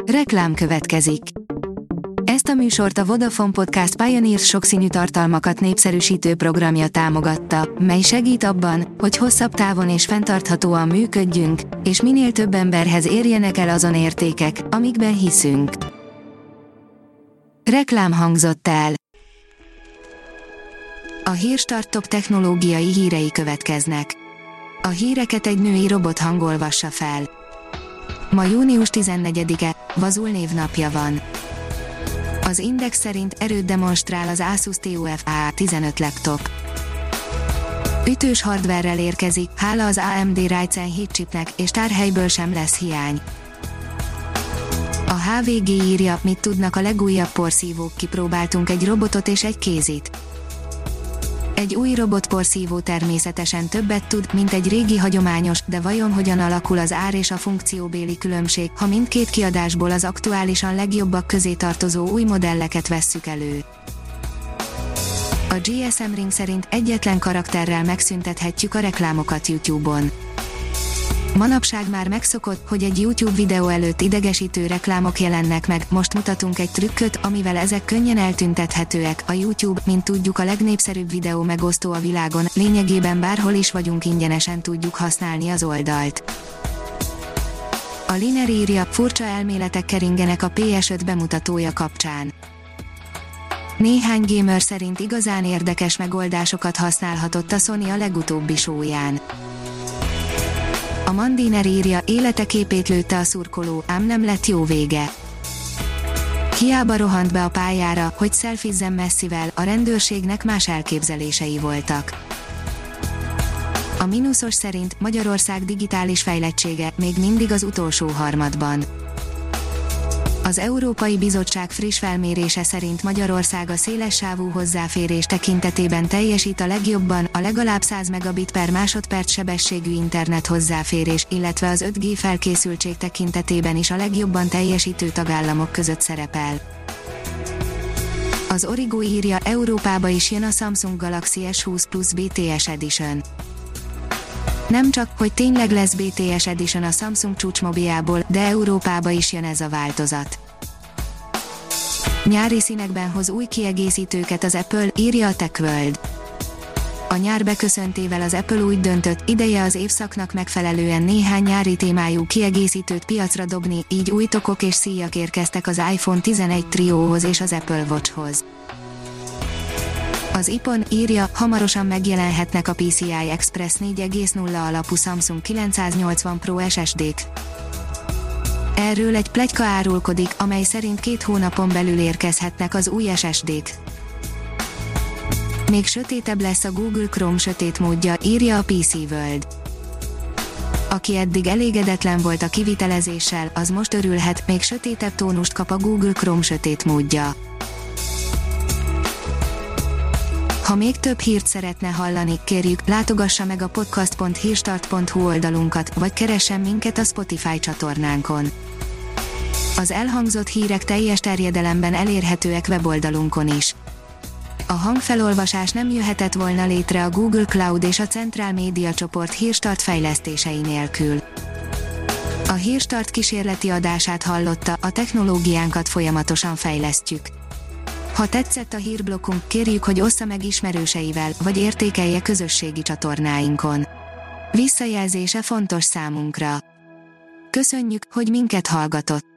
Reklám következik. Ezt a műsort a Vodafone Podcast Pioneers sokszínű tartalmakat népszerűsítő programja támogatta, mely segít abban, hogy hosszabb távon és fenntarthatóan működjünk, és minél több emberhez érjenek el azon értékek, amikben hiszünk. Reklám hangzott el. A Hírstart top technológiai hírei következnek. A híreket egy női robot hangolvassa fel. Ma június 14-e, Vazul névnapja van. Az Index szerint erőt demonstrál az Asus TUF A15 laptop. Ütős hardverrel érkezik, hála az AMD Ryzen 7 chipnek, és tárhelyből sem lesz hiány. A HVG írja, mit tudnak a legújabb porszívók, kipróbáltunk egy robotot és egy kézit. Egy új robotporszívó természetesen többet tud, mint egy régi hagyományos, de vajon hogyan alakul az ár és a funkcióbéli különbség, ha mindkét kiadásból az aktuálisan legjobbak közé tartozó új modelleket vesszük elő? A GSM Ring szerint egyetlen karakterrel megszüntethetjük a reklámokat YouTube-on. Manapság már megszokott, hogy egy YouTube videó előtt idegesítő reklámok jelennek meg, most mutatunk egy trükköt, amivel ezek könnyen eltüntethetőek. A YouTube, mint tudjuk, a legnépszerűbb videó megosztó a világon, lényegében bárhol is vagyunk, ingyenesen tudjuk használni az oldalt. A Liner írja, furcsa elméletek keringenek a PS5 bemutatója kapcsán. Néhány gamer szerint igazán érdekes megoldásokat használhatott a Sony a legutóbbi showyán. A Mandiner írja, élete képét lőtte a szurkoló, ám nem lett jó vége. Hiába rohant be a pályára, hogy szelfizzen Messivel, a rendőrségnek más elképzelései voltak. A mínuszos szerint Magyarország digitális fejlettsége még mindig az utolsó harmadban. Az Európai Bizottság friss felmérése szerint Magyarország a szélessávú hozzáférés tekintetében teljesít a legjobban, a legalább 100 megabit per másodperc sebességű internet hozzáférés, illetve az 5G felkészültség tekintetében is a legjobban teljesítő tagállamok között szerepel. Az Origo írja, Európába is jön a Samsung Galaxy S20 Plus BTS Edition. Nem csak, hogy tényleg lesz BTS Edition a Samsung csúcsmobiljából, de Európába is jön ez a változat. Nyári színekben hoz új kiegészítőket az Apple, írja a TechWorld. A nyár beköszöntével az Apple úgy döntött, ideje az évszaknak megfelelően néhány nyári témájú kiegészítőt piacra dobni, így új tokok és szíjak érkeztek az iPhone 11 Triohoz és az Apple Watchhoz. Az iPhone írja, hamarosan megjelenhetnek a PCI Express 4.0 alapú Samsung 980 Pro SSD-k. Erről egy pletyka árulkodik, amely szerint 2 hónapon belül érkezhetnek az új SSD-k. Még sötétebb lesz a Google Chrome sötét módja, írja a PC World. Aki eddig elégedetlen volt a kivitelezéssel, az most örülhet, még sötétebb tónust kap a Google Chrome sötét módja. Ha még több hírt szeretne hallani, kérjük, látogassa meg a podcast.hírstart.hu oldalunkat, vagy keressen minket a Spotify csatornánkon. Az elhangzott hírek teljes terjedelemben elérhetőek weboldalunkon is. A hangfelolvasás nem jöhetett volna létre a Google Cloud és a Central Média csoport Hírstart fejlesztései nélkül. A Hírstart kísérleti adását hallotta, a technológiánkat folyamatosan fejlesztjük. Ha tetszett a hírblokkunk, kérjük, hogy ossza meg ismerőseivel, vagy értékelje közösségi csatornáinkon. Visszajelzése fontos számunkra. Köszönjük, hogy minket hallgatott!